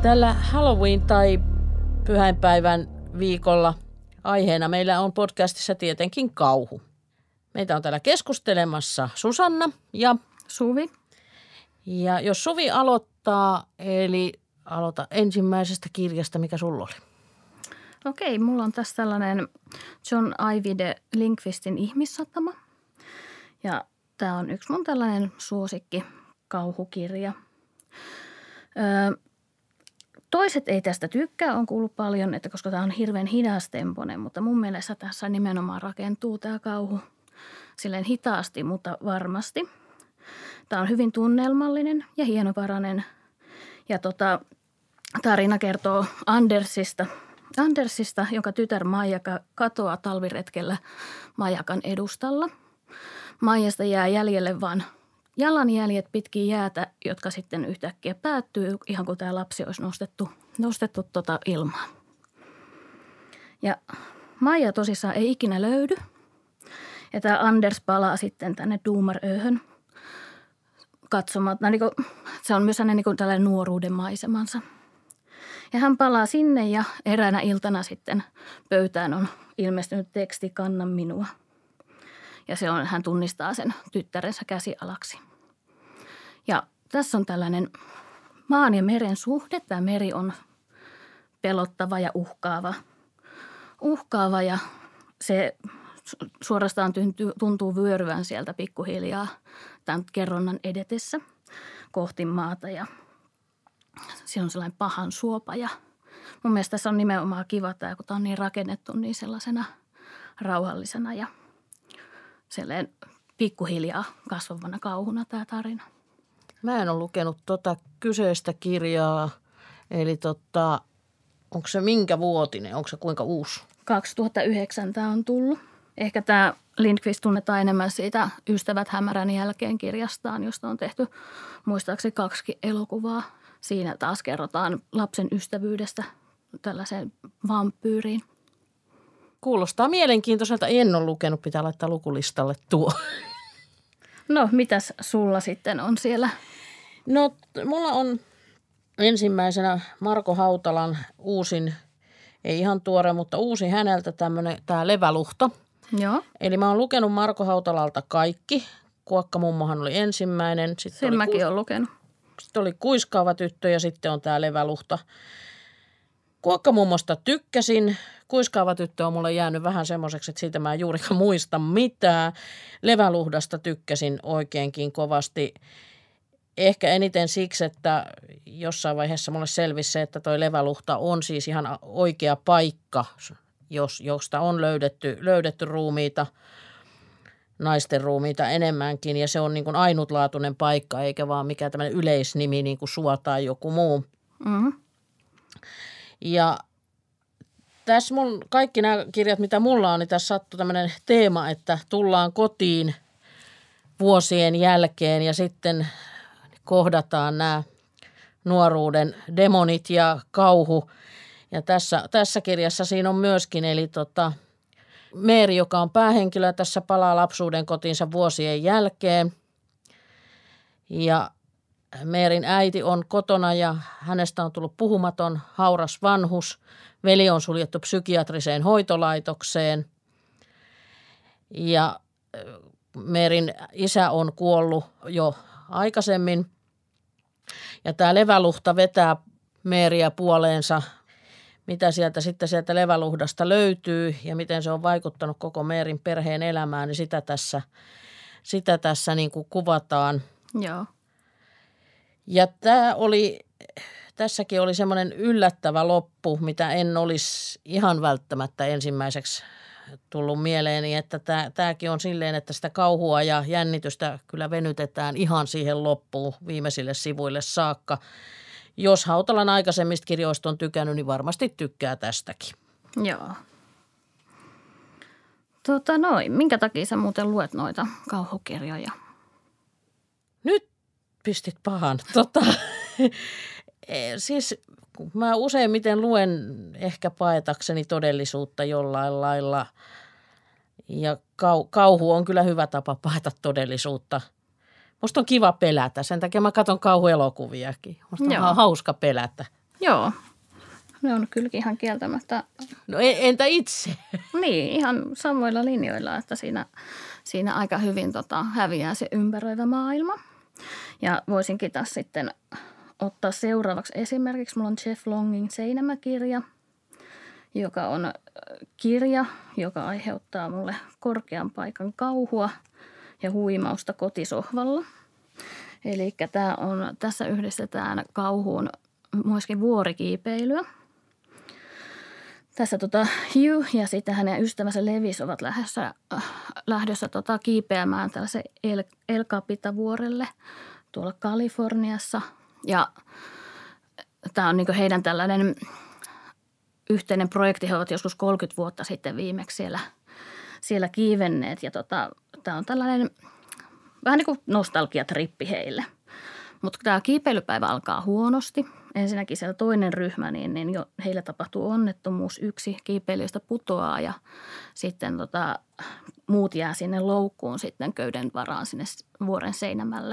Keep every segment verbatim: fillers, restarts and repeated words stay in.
Tällä Halloween- tai pyhäinpäivän viikolla aiheena meillä on podcastissa tietenkin kauhu. Meitä on täällä keskustelemassa Susanna ja Suvi. Ja jos Suvi aloittaa, eli aloita ensimmäisestä kirjasta, mikä sulla oli? Okei, mulla on tässä tällainen John Ajvide Lindqvistin Ihmissatama. Ja tämä on yksi mun tällainen suosikki kauhukirja. Öö, toiset ei tästä tykkää, on kuullut paljon, että koska tämä on hirveän hidastempoinen, mutta mun mielestä tässä nimenomaan rakentuu tämä kauhu silleen hitaasti, mutta varmasti. Tämä on hyvin tunnelmallinen ja hienovarainen ja tota, tarina kertoo Andersista, Andersista, jonka tytär Maija katoaa talviretkellä majakan edustalla. Maijasta jää jäljelle vain jalanjäljet pitkin jäätä, jotka sitten yhtäkkiä päättyy, ihan kuin tämä lapsi olisi nostettu, nostettu tota ilmaan. Ja Maija tosissaan ei ikinä löydy. Ja tämä Anders palaa sitten tänne Doomeröhön katsomaan. Niin kuin, se on myös hänen niin kuin tällainen nuoruuden maisemansa. Ja hän palaa sinne ja eräänä iltana sitten pöytään on ilmestynyt teksti Kanna minua. Ja se on, hän tunnistaa sen tyttärensä käsialaksi. Ja tässä on tällainen maan ja meren suhde. Tämä meri on pelottava ja uhkaava. Uhkaava ja se suorastaan tuntuu, tuntuu vyöryvän sieltä pikkuhiljaa tämän kerronnan edetessä kohti maata. Ja se on sellainen pahan suopa ja mun mielestä tässä on nimenomaan kiva tämä, kun tämä on niin rakennettu niin sellaisena rauhallisena ja sellainen pikkuhiljaa kasvavana kauhuna tämä tarina. Mä en ole lukenut tota kyseistä kirjaa, eli tota, onko se minkä vuotinen, onko se kuinka uusi? kaksituhattayhdeksän tämä on tullut. Ehkä tämä Lindqvist tunnetaan enemmän siitä Ystävät hämärän jälkeen -kirjastaan, josta on tehty muistaakseni kaksi elokuvaa. Siinä taas kerrotaan lapsen ystävyydestä tällaiseen vampyyriin. Kuulostaa mielenkiintoiselta. En ole lukenut, pitää laittaa lukulistalle tuo. No, mitäs sulla sitten on siellä? No, mulla on ensimmäisenä Marko Hautalan uusin, ei ihan tuore, mutta uusi häneltä tämmöinen, tämä Leväluhta. Joo. Eli mä oon lukenut Marko Hautalalta kaikki. Kuokkamummohan oli ensimmäinen. Sitten Sen oli mäkin kuis- olen lukenut. Sitten oli Kuiskaava tyttö ja sitten on tämä Leväluhta. Kuokkamummosta tykkäsin. Kuiskaava tyttö on mulle jäänyt vähän semmoiseksi, että siitä mä en juurikaan muista mitään. Leväluhdasta tykkäsin oikeinkin kovasti. Ehkä eniten siksi, että jossain vaiheessa mulle selvisi se, että toi Leväluhta on siis ihan oikea paikka, jos, josta on löydetty, löydetty ruumiita, naisten ruumiita enemmänkin. Ja se on niin kuin ainutlaatuinen paikka, eikä vaan mikään tämmöinen yleisnimi niin kuin Suo tai joku muu. Mm-hmm. Ja tässä mun, kaikki nämä kirjat, mitä mulla on, niin tässä sattui tämmöinen teema, että tullaan kotiin vuosien jälkeen ja sitten kohdataan nämä nuoruuden demonit ja kauhu. Ja tässä, tässä kirjassa siinä on myöskin, eli tota, Meeri, joka on päähenkilö, tässä palaa lapsuuden kotiinsa vuosien jälkeen. Ja Meerin äiti on kotona ja hänestä on tullut puhumaton, hauras vanhus. Veli on suljettu psykiatriseen hoitolaitokseen ja Meerin isä on kuollut jo aikaisemmin. Ja tämä Leväluhta vetää Meeriä puoleensa, mitä sieltä sitten sieltä Leväluhdasta löytyy ja miten se on vaikuttanut koko Meerin perheen elämään, niin sitä tässä, sitä tässä niin kuin kuvataan. Joo. Ja tämä oli, tässäkin oli semmoinen yllättävä loppu, mitä en olisi ihan välttämättä ensimmäiseksi tullut mieleeni, että tämä, tämäkin on silleen, että sitä kauhua ja jännitystä kyllä venytetään ihan siihen loppuun viimeisille sivuille saakka. Jos Hautalan aikaisemmista kirjoista on tykännyt, niin varmasti tykkää tästäkin. Joo. Tota noin, minkä takia sä muuten luet noita kauhukirjoja? Nyt pistit pahan. Tota, siis mä useimmiten luen ehkä paetakseni todellisuutta jollain lailla. Ja kau, kauhu on kyllä hyvä tapa paeta todellisuutta. Musta on kiva pelätä, sen takia mä katson kauhuelokuviakin. Musta on Joo. hauska pelätä. Joo, ne on kyllä ihan kieltämättä. No entä itse? Niin, ihan samoilla linjoilla, että siinä, siinä aika hyvin tota, häviää se ympäröivä maailma. Ja voisinkin taas sitten ottaa seuraavaksi esimerkiksi, mulla on Jeff Longin Seinämäkirja, joka on kirja, joka aiheuttaa mulle korkean paikan kauhua ja huimausta kotisohvalla. Eli tämä on, tässä yhdistetään kauhuun myöskin vuorikiipeilyä. Tässä tota Hugh ja sitten hänen ystävänsä Levis ovat lähdössä, äh, lähdössä tota kiipeämään tällaisen El, El Capita-vuorelle tuolla Kaliforniassa. Ja tämä on niinku heidän tällainen yhteinen projekti. He ovat joskus kolmekymmentä vuotta sitten viimeksi siellä, siellä kiivenneet. Ja tota, tämä on tällainen vähän niin kuin nostalgiatrippi heille. Mutta tämä kiipeilypäivä alkaa huonosti. Ensinnäkin siellä toinen ryhmä, niin, niin jo heillä tapahtuu onnettomuus. Yksi kiipeilyistä putoaa ja sitten tota, muut jää sinne loukkuun sitten köyden varaan sinne vuoren seinämälle.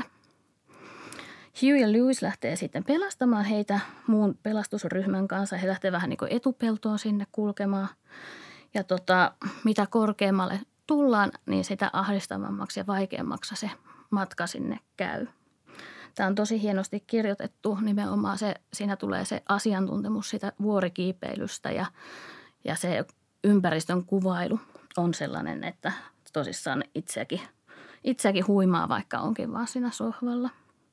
Hugh ja Lewis lähtee sitten pelastamaan heitä muun pelastusryhmän kanssa. He lähtee vähän niin kuin etupeltoon sinne kulkemaan. Ja tota, mitä korkeammalle tullaan, niin sitä ahdistavammaksi ja vaikeammaksi se matka sinne käy. Tämä on tosi hienosti kirjoitettu. Nimenomaan se, siinä tulee se asiantuntemus sitä vuorikiipeilystä ja, ja se ympäristön kuvailu on sellainen, että tosissaan itseäkin, itseäkin huimaa, vaikka onkin vaan siinä sohvalla.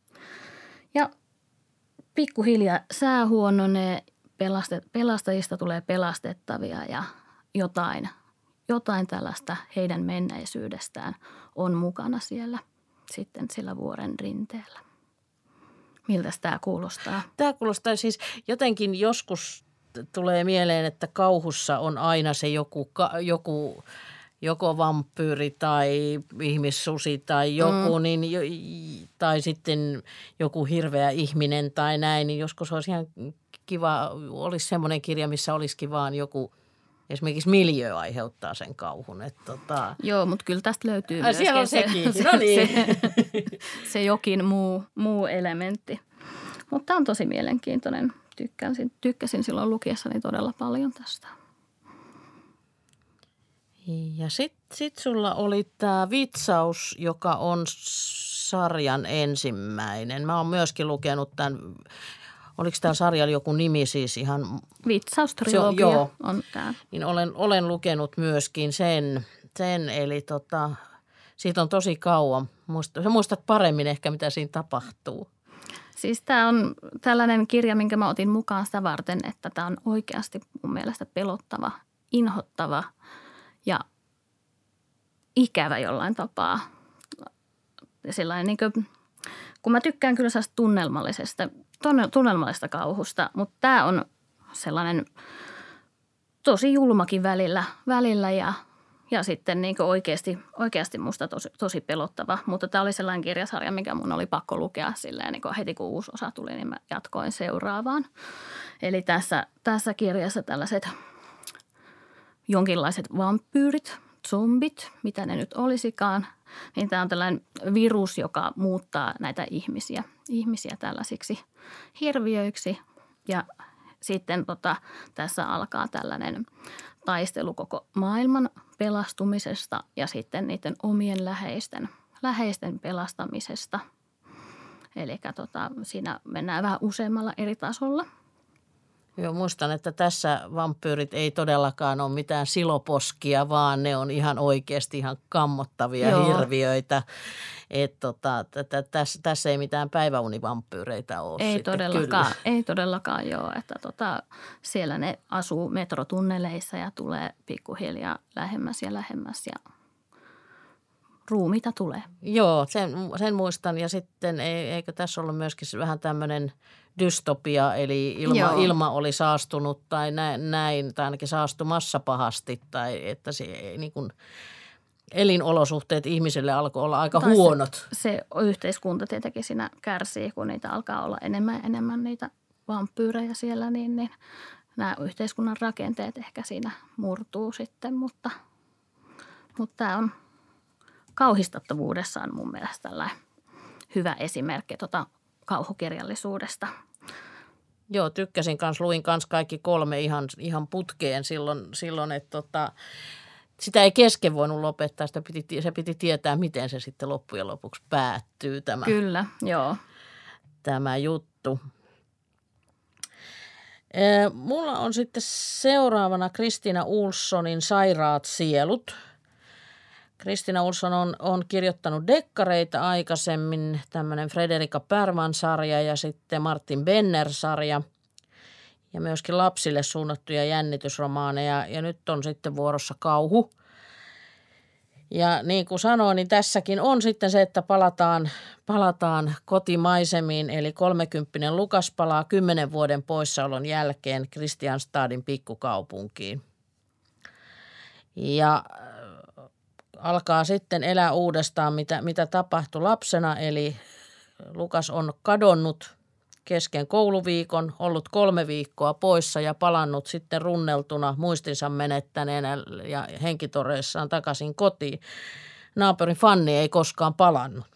Ja pikkuhiljaa sää huononee, pelastajista tulee pelastettavia ja jotain, jotain tällaista heidän menneisyydestään on mukana siellä sitten sillä vuoren rinteellä. Miltä tämä kuulostaa? Tämä kuulostaa siis jotenkin joskus tulee mieleen, että kauhussa on aina se joku, joku joko vampyyri tai ihmissusi tai joku, mm. niin, tai sitten joku hirveä ihminen tai näin, niin joskus olisi ihan kiva, olisi semmoinen kirja, missä olisikin vaan joku, esimerkiksi miljöö aiheuttaa sen kauhun. Että tota... Joo, mutta kyllä tästä löytyy Ai, myöskin on se, sekin. se, No niin. se, se jokin muu, muu elementti. Mutta tämä on tosi mielenkiintoinen. Tykkäsin, tykkäsin silloin lukiessani todella paljon tästä. Ja sitten sit sulla oli tämä vitsaus, joka on sarjan ensimmäinen. Mä oon myöskin lukenut tämän, oliko tämä sarjalla joku nimi siis ihan? Vitsaustrilogia on, on tämä. Niin olen, olen lukenut myöskin sen, sen eli tota, siitä on tosi kauan. Muistat, sä muistat paremmin ehkä, mitä siinä tapahtuu. Siis tämä on tällainen kirja, minkä mä otin mukaan sitä varten, että tämä on oikeasti mun mielestä pelottava, inhottava ja ikävä jollain tapaa. Sellainen niin kuin, kun mä tykkään kyllä sellaista tunnelmallisesta, tunnelmallisesta kauhusta, mutta tämä on sellainen tosi julmakin välillä, välillä ja, ja sitten niin kuin oikeasti, oikeasti musta tosi, tosi pelottava. Mutta tämä oli sellainen kirjasarja, mikä mun oli pakko lukea silleen, niin kuin heti kun uusi osa tuli, niin mä jatkoin seuraavaan. Eli tässä, tässä kirjassa tällaiset jonkinlaiset vampyyrit, zombit, mitä ne nyt olisikaan, niin tämä on tällainen virus, joka muuttaa näitä ihmisiä, ihmisiä tällaisiksi hirviöiksi. Ja sitten tota, tässä alkaa tällainen taistelu koko maailman pelastumisesta ja sitten niiden omien läheisten, läheisten pelastamisesta. Eli tota, siinä mennään vähän useammalla eri tasolla. Joo, muistan, että tässä vampyyrit ei todellakaan ole mitään siloposkia, vaan ne on ihan oikeasti ihan kammottavia Joo. hirviöitä. Että tota, tässä, tässä ei mitään päiväunivampyyreitä ole. Ei todellakaan, ei todellakaan joo, että tota, siellä ne asuu metrotunneleissa ja tulee pikkuhiljaa lähemmäs ja lähemmäs ja ruumiita tulee. Joo, sen, sen muistan ja sitten eikö tässä ollut myöskin vähän tämmöinen dystopia, eli ilma, ilma oli saastunut tai näin, tai ainakin saastumassa pahasti, tai että se niin kuin elinolosuhteet ihmisille alkoi olla aika tai huonot. Se, se yhteiskunta tietenkin siinä kärsii, kun niitä alkaa olla enemmän ja enemmän niitä vampyyrejä siellä, niin, niin nämä yhteiskunnan rakenteet ehkä siinä murtuu sitten, mutta, mutta tämä on kauhistattavuudessaan mun mielestä tällainen hyvä esimerkki tuota kauhukirjallisuudesta. Joo, tykkäsin kanssa, luin kanssa kaikki kolme ihan, ihan putkeen silloin, silloin että tota, sitä ei kesken voinut lopettaa, sitä piti, se piti tietää, miten se sitten loppujen lopuksi päättyy tämä, Kyllä, joo. tämä juttu. Mulla on sitten seuraavana Kristina Ulssonin Sairaat sielut. Kristina Ulsson on, on kirjoittanut dekkareita aikaisemmin, tämmöinen Frederika Pärman-sarja ja sitten Martin Benner-sarja ja myöskin lapsille suunnattuja jännitysromaaneja ja nyt on sitten vuorossa kauhu. Ja niin kuin sanoin, niin tässäkin on sitten se, että palataan, palataan kotimaisemiin, eli kolmekymppinen Lukas palaa kymmenen vuoden poissaolon jälkeen Kristianstadin pikkukaupunkiin. Ja alkaa sitten elää uudestaan, mitä, mitä tapahtui lapsena, eli Lukas on kadonnut kesken kouluviikon, ollut kolme viikkoa poissa ja palannut sitten runneltuna muistinsa menettäneenä ja henkitoreissaan takaisin kotiin. Naapurin Fanni ei koskaan palannut.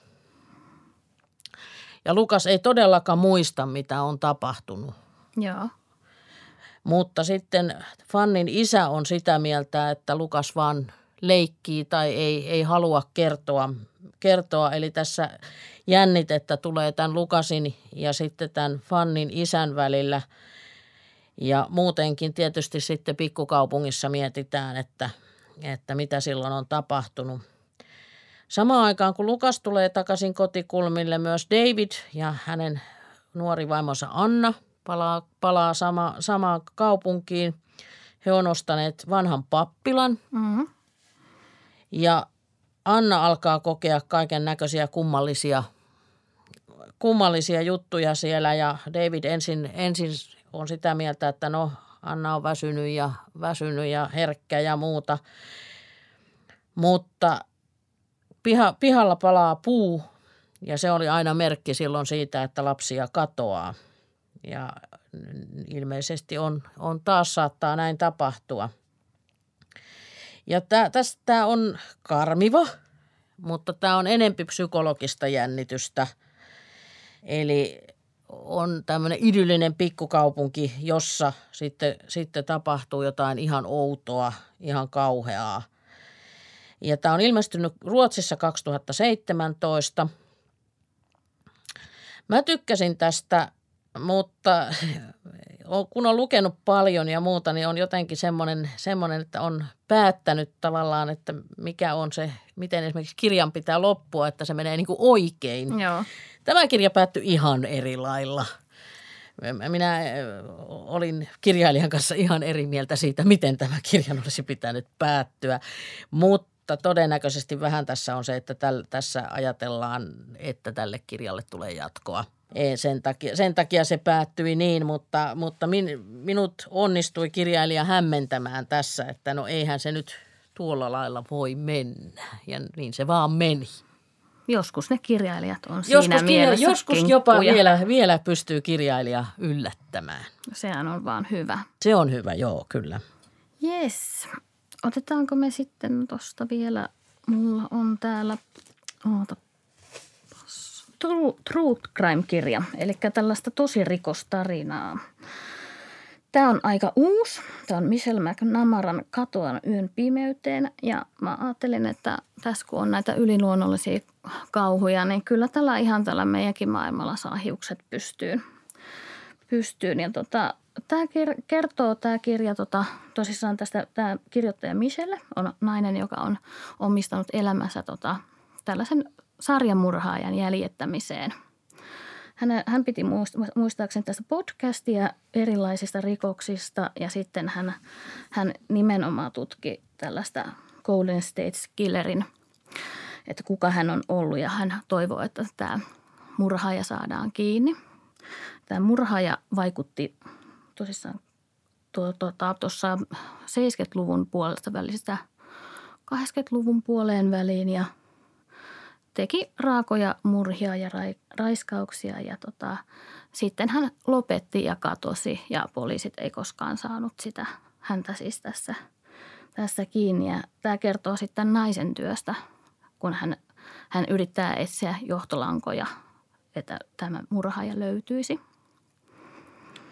Ja Lukas ei todellakaan muista, mitä on tapahtunut. Joo. Mutta sitten Fannin isä on sitä mieltä, että Lukas vaan leikkii tai ei, ei halua kertoa, kertoa. Eli tässä jännitettä tulee tämän Lukasin ja sitten tämän Fannin isän välillä. Ja muutenkin tietysti sitten pikkukaupungissa mietitään, että, että mitä silloin on tapahtunut. Samaan aikaan kun Lukas tulee takaisin kotikulmille, myös David ja hänen nuori vaimonsa Anna palaa, palaa sama, samaan kaupunkiin. He on ostaneet vanhan pappilan. Mm-hmm. Ja Anna alkaa kokea kaiken näköisiä kummallisia, kummallisia juttuja siellä ja David ensin, ensin on sitä mieltä, että no Anna on väsynyt ja, väsynyt ja herkkä ja muuta. Mutta piha, pihalla palaa puu ja se oli aina merkki silloin siitä, että lapsia katoaa. Ja ilmeisesti on, on taas saattaa näin tapahtua. Ja tämä on karmiva, mutta tämä on enempi psykologista jännitystä. Eli on tämmöinen idyllinen pikkukaupunki, jossa sitten, sitten tapahtuu jotain ihan outoa, ihan kauheaa. Ja tämä on ilmestynyt Ruotsissa kaksituhattaseitsemäntoista. Mä tykkäsin tästä, mutta kun on lukenut paljon ja muuta, niin on jotenkin semmoinen, semmoinen, että on päättänyt tavallaan, että mikä on se, miten esimerkiksi kirjan pitää loppua, että se menee niin kuin oikein. Joo. Tämä kirja päättyi ihan eri lailla. Minä olin kirjailijan kanssa ihan eri mieltä siitä, miten tämä kirjan olisi pitänyt päättyä, mutta todennäköisesti vähän tässä on se, että täl, tässä ajatellaan, että tälle kirjalle tulee jatkoa. Ei, sen, takia, sen takia se päättyi niin, mutta, mutta min, minut onnistui kirjailija hämmentämään tässä, että no eihän se nyt tuolla lailla voi mennä ja niin se vaan meni. Joskus ne kirjailijat on joskus, siinä mielessä Joskus jopa vielä, vielä pystyy kirjailija yllättämään. Sehän on vaan hyvä. Se on hyvä, joo, kyllä. Jes. Otetaanko me sitten tuosta vielä, mulla on täällä, oota, Truth Crime-kirja, eli tällaista tosirikostarinaa. Tämä on aika uusi. Tämä on Michelle McNamaran Katoan yön pimeyteen ja mä ajattelin, että tässä kun on näitä yliluonnollisia kauhuja, niin kyllä tällä ihan tällä meidänkin maailmalla saa hiukset pystyyn. pystyyn. Ja tota, tämä kertoo, tämä kirja tota, tosissaan tästä, tämä kirjoittaja Michelle on nainen, joka on omistanut elämänsä tota, tällaisen sarjamurhaajan jäljittämiseen. Hän, hän piti muistaakseni tästä podcastia erilaisista rikoksista ja sitten hän, hän nimenomaan tutki tällaista Golden State Killerin, että kuka hän on ollut ja hän toivoo, että tämä murhaaja saadaan kiinni. Tämä murhaaja vaikutti tosissaan tuossa seitsemänkymmentäluvun puolesta välistä kahdeksankymmentäluvun puoleen väliin ja teki raakoja murhia ja raiskauksia ja tota, sitten hän lopetti ja katosi ja poliisit ei koskaan saanut sitä häntä siis tässä, tässä kiinni. Ja tämä kertoo sitten naisen työstä, kun hän, hän yrittää etsiä johtolankoja, että tämä murhaaja löytyisi.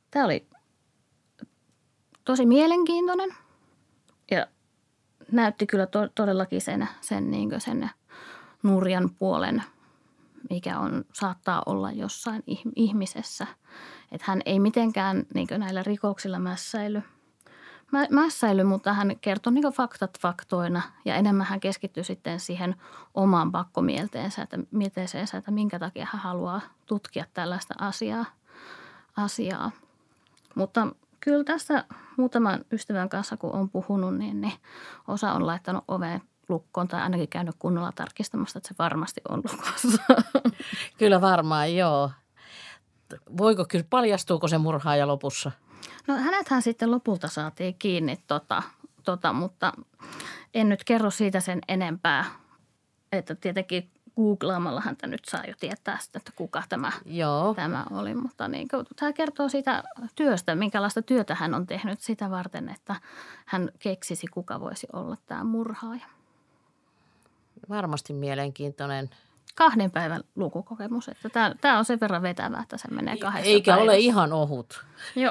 Tämä oli tosi mielenkiintoinen ja näytti kyllä to- todellakin sen, sen, niin sen nurjan puolen, mikä on, saattaa olla jossain ihmisessä. Että hän ei mitenkään niin näillä rikoksilla mässäily, mä, mässäily, mutta hän kertoi niin faktat faktoina ja enemmän hän keskittyi sitten siihen omaan pakkomielteensä, että mieteeseensä, että minkä takia hän haluaa tutkia tällaista asiaa. asiaa. Mutta kyllä tässä muutaman ystävän kanssa, kun on puhunut, niin, niin osa on laittanut oveen lukkoon tai ainakin käynyt kunnolla tarkistamassa, että se varmasti on lukossa. Kyllä varmaan, joo. Voiko kyllä, paljastuuko se murhaaja lopussa? No hänethän sitten lopulta saatiin kiinni, tota, tota, mutta en nyt kerro siitä sen enempää, että tietenkin googlaamalla häntä nyt saa jo tietää sitä, että kuka tämä, Joo. tämä oli. Mutta niin, tämä kertoo siitä työstä, minkälaista työtä hän on tehnyt sitä varten, että hän keksisi, kuka voisi olla tämä murhaaja. Varmasti mielenkiintoinen. Kahden päivän lukukokemus. Että tämä, tämä on sen verran vetävä, että se menee kahdessa Eikä päivässä. ole ihan ohut. Joo.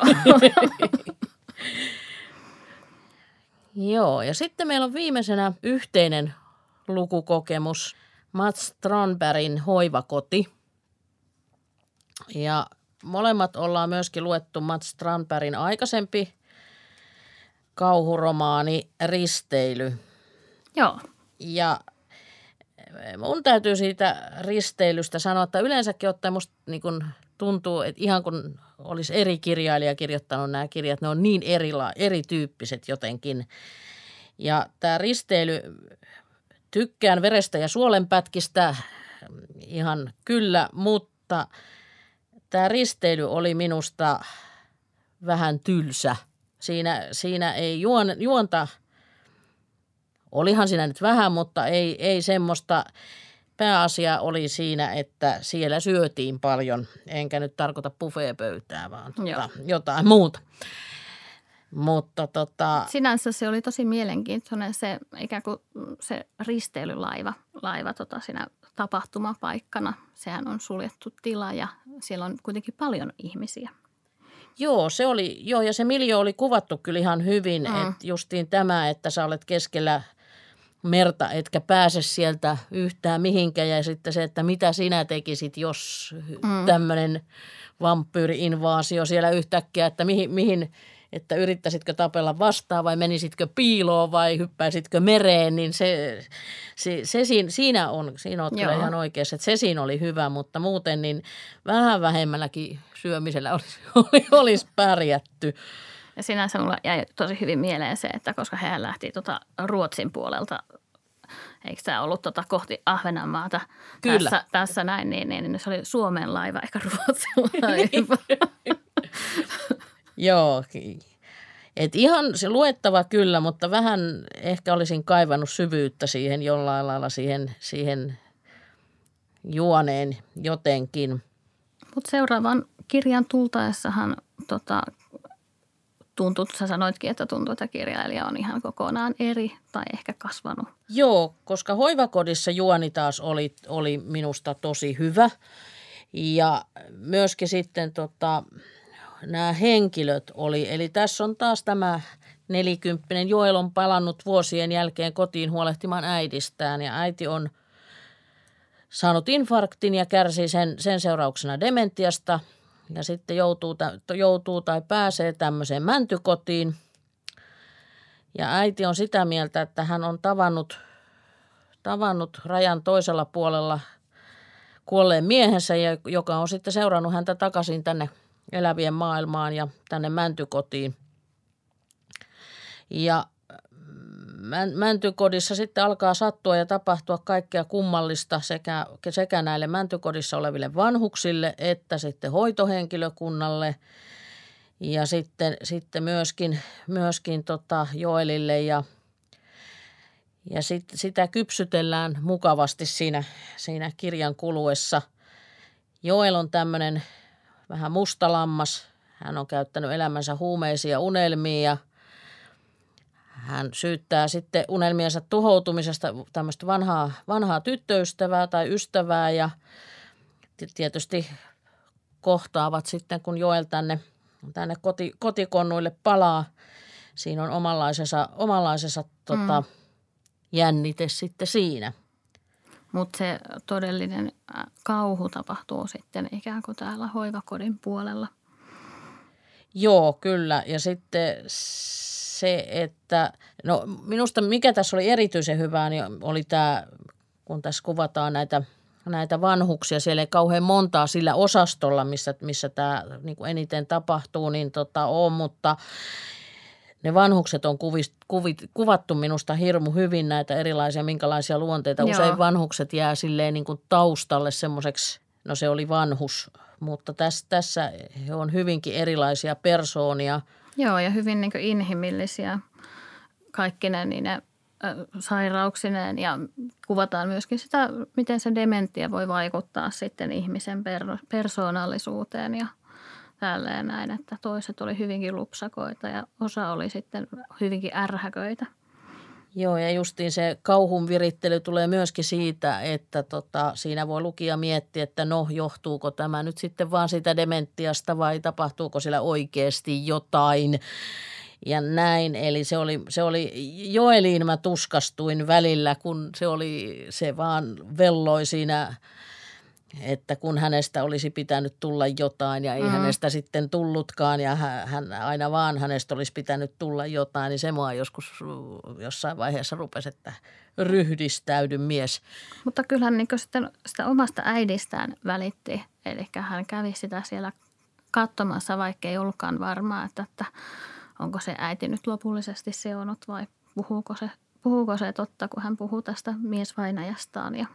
Joo, ja sitten meillä on viimeisenä yhteinen lukukokemus. Mats Strandbergin Hoivakoti. Ja molemmat ollaan myöskin luettu Mats Strandbergin aikaisempi kauhuromaani Risteily. Joo. Ja mun täytyy siitä risteilystä sanoa, että yleensäkin ottaen musta niin kun tuntuu, että ihan kun olisi eri kirjailija kirjoittanut nämä kirjat, ne on niin erila, erityyppiset jotenkin. Ja tämä risteily, tykkään verestä ja suolenpätkistä ihan kyllä, mutta tämä risteily oli minusta vähän tylsä. Siinä, siinä ei juon, juonta, olihan siinä nyt vähän, mutta ei, ei semmoista. Pääasia oli siinä, että siellä syötiin paljon, enkä nyt tarkoita buffeepöytää, vaan tota, jotain muuta. Mutta tota... Sinänsä se oli tosi mielenkiintoinen se ikään kuin se risteilylaiva laiva, tota, siinä tapahtumapaikkana. Sehän on suljettu tila ja siellä on kuitenkin paljon ihmisiä. Joo, se oli, joo, ja se miljo oli kuvattu kyllä ihan hyvin, Mm. että justiin tämä, että sä olet keskellä merta, etkä pääse sieltä yhtään mihinkään, ja sitten se, että mitä sinä tekisit, jos mm. tämmöinen vampyyri-invaasio siellä yhtäkkiä, että mihin, mihin, että yrittäisitkö tapella vastaan vai menisitkö piiloon vai hyppäisitkö mereen, niin se, se, se siinä, siinä on, siinä olet kyllä ihan oikeassa, että se siinä oli hyvä, mutta muuten niin vähän vähemmälläkin syömisellä olisi, olisi pärjätty. Ja sinänsä mulla jäi tosi hyvin mieleen se, että koska hän lähti tuota Ruotsin puolelta, eikö tämä ollut tuota kohti Ahvenanmaata Kyllä. Tässä, tässä näin, niin, niin, niin se oli Suomen laiva eikä Ruotsin laiva. Joo, et ihan se luettava kyllä, mutta vähän ehkä olisin kaivannut syvyyttä siihen jollain lailla siihen, siihen juoneen jotenkin. Mutta seuraavan kirjan tultaessahan tota, tuntuu, sä sanoitkin, että tuntuu, että kirjailija on ihan kokonaan eri tai ehkä kasvanut. Joo, koska Hoivakodissa juoni taas oli, oli minusta tosi hyvä ja myöskin sitten tota, nämä henkilöt oli, eli tässä on taas tämä nelikymppinen Joel on palannut vuosien jälkeen kotiin huolehtimaan äidistään ja äiti on saanut infarktin ja kärsii sen, sen seurauksena dementiasta ja sitten joutuu, joutuu tai pääsee tämmöiseen mäntykotiin. Ja äiti on sitä mieltä, että hän on tavannut, tavannut rajan toisella puolella kuolleen miehensä, joka on sitten seurannut häntä takaisin tänne elävien maailmaan ja tänne mäntykotiin. Ja mäntykodissa sitten alkaa sattua ja tapahtua kaikkea kummallista sekä, sekä näille mäntykodissa oleville vanhuksille että sitten hoitohenkilökunnalle ja sitten, sitten myöskin, myöskin tota Joelille ja, ja sit, sitä kypsytellään mukavasti siinä, siinä kirjan kuluessa. Joel on tämmöinen vähän mustalammas, hän on käyttänyt elämänsä huumeisia unelmia ja hän syyttää sitten unelmiensa tuhoutumisesta tämmöistä vanhaa, vanhaa tyttöystävää tai ystävää ja tietysti kohtaavat sitten, kun Joel tänne, tänne koti, kotikonnuille palaa. Siinä on omanlaisensa, omanlaisensa tota, mm. jännite sitten siinä. Mutta se todellinen kauhu tapahtuu sitten ikään kuin täällä hoivakodin puolella. Joo, kyllä. Ja sitten se, että no minusta mikä tässä oli erityisen hyvää, niin oli tämä, kun tässä kuvataan näitä, näitä vanhuksia. Siellä ei kauhean montaa sillä osastolla, missä, missä tämä niin kuin eniten tapahtuu, niin tota on, mutta ne vanhukset on kuvist, kuvit, kuvattu minusta hirmu hyvin näitä erilaisia, minkälaisia luonteita. Joo. Usein vanhukset jää silleen niin kuin taustalle semmoiseksi, no se oli vanhus, mutta tässä, tässä he on hyvinkin erilaisia persoonia. Joo, ja hyvin niin kuin inhimillisiä kaikkinen niine sairauksineen ja kuvataan myöskin sitä, miten se dementia voi vaikuttaa sitten ihmisen persoonallisuuteen ja tälleen näin, että toiset oli hyvinkin lupsakoita ja osa oli sitten hyvinkin ärhäköitä. Joo, ja justiin se kauhun virittely tulee myöskin siitä, että tota, siinä voi lukija miettiä, että no johtuuko tämä nyt sitten vaan siitä dementiasta vai tapahtuuko siellä oikeasti jotain ja näin. Eli se oli, se oli Joeliin mä tuskastuin välillä, kun se oli, se vaan velloi siinä, että kun hänestä olisi pitänyt tulla jotain ja ei mm. hänestä sitten tullutkaan ja hän aina vaan hänestä olisi pitänyt tulla jotain, niin se mua joskus jossain vaiheessa rupesi, että ryhdistäydy mies. Mutta kyllähän niin sitten sitä omasta äidistään välitti, eli hän kävi sitä siellä katsomassa, vaikka ei ollutkaan varmaa, että, että onko se äiti nyt lopullisesti seonnut vai puhuuko se, puhuuko se totta, kun hän puhuu tästä miesvainajastaan. Ja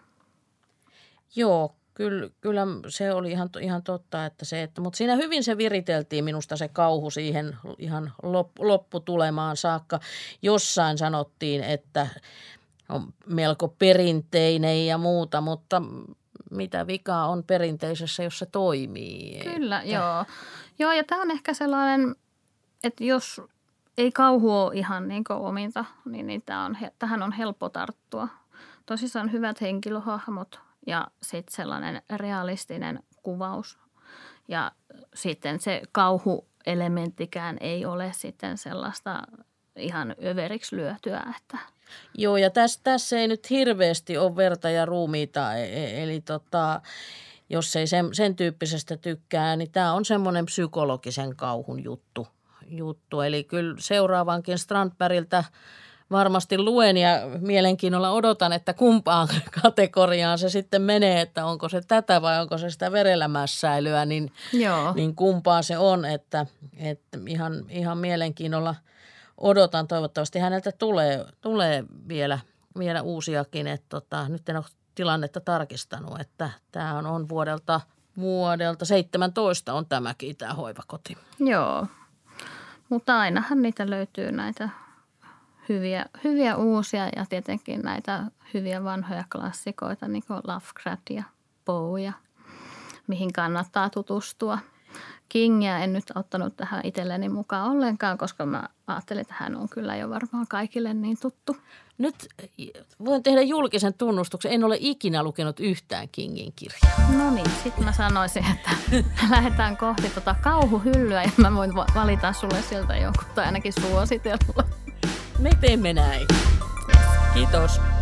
Joo. Kyllä, kyllä se oli ihan, ihan totta, että se, että, mutta siinä hyvin se viriteltiin minusta se kauhu siihen ihan lopputulemaan saakka. Jossain sanottiin, että on melko perinteinen ja muuta, mutta mitä vikaa on perinteisessä, jos se toimii? Kyllä, että joo. Joo, ja tämä on ehkä sellainen, että jos ei kauhu ole ihan niin kuin ominta, niin, niin tämä on, tähän on helppo tarttua. Tosissaan hyvät henkilöhahmot. Ja sitten sellainen realistinen kuvaus ja sitten se kauhuelementtikään ei ole sitten sellaista ihan överiksi lyötyä. Että. Joo, ja tässä, tässä ei nyt hirveästi ole verta ja ruumiita, eli tota, jos ei sen, sen tyyppisestä tykkää, niin tämä on semmoinen psykologisen kauhun juttu. juttu. Eli kyllä seuraavankin Strandbergiltä varmasti luen ja mielenkiinnolla odotan, että kumpaan kategoriaan se sitten menee, että onko se tätä vai onko se sitä verelämässäilyä, niin, niin kumpaa se on, että, että ihan, ihan mielenkiinnolla odotan. Toivottavasti häneltä tulee, tulee vielä, vielä uusiakin, että tota, nyt en ole tilannetta tarkistanut, että tämä on, on vuodelta, vuodelta seitsemäntoista on tämäkin tämä hoivakoti. Joo, mutta ainahan niitä löytyy näitä Hyviä, hyviä uusia ja tietenkin näitä hyviä vanhoja klassikoita, niin kuin Lovecraft ja Poe, ja mihin kannattaa tutustua. Kingia en nyt ottanut tähän itselleni mukaan ollenkaan, koska mä ajattelin, että hän on kyllä jo varmaan kaikille niin tuttu. Nyt voin tehdä julkisen tunnustuksen. En ole ikinä lukenut yhtään Kingin kirjaa. No niin, sitten mä sanoisin, että lähdetään kohti tota kauhuhyllyä ja mä voin valita sulle sieltä jonkun tai ainakin suositella. Me teemme näin. Kiitos.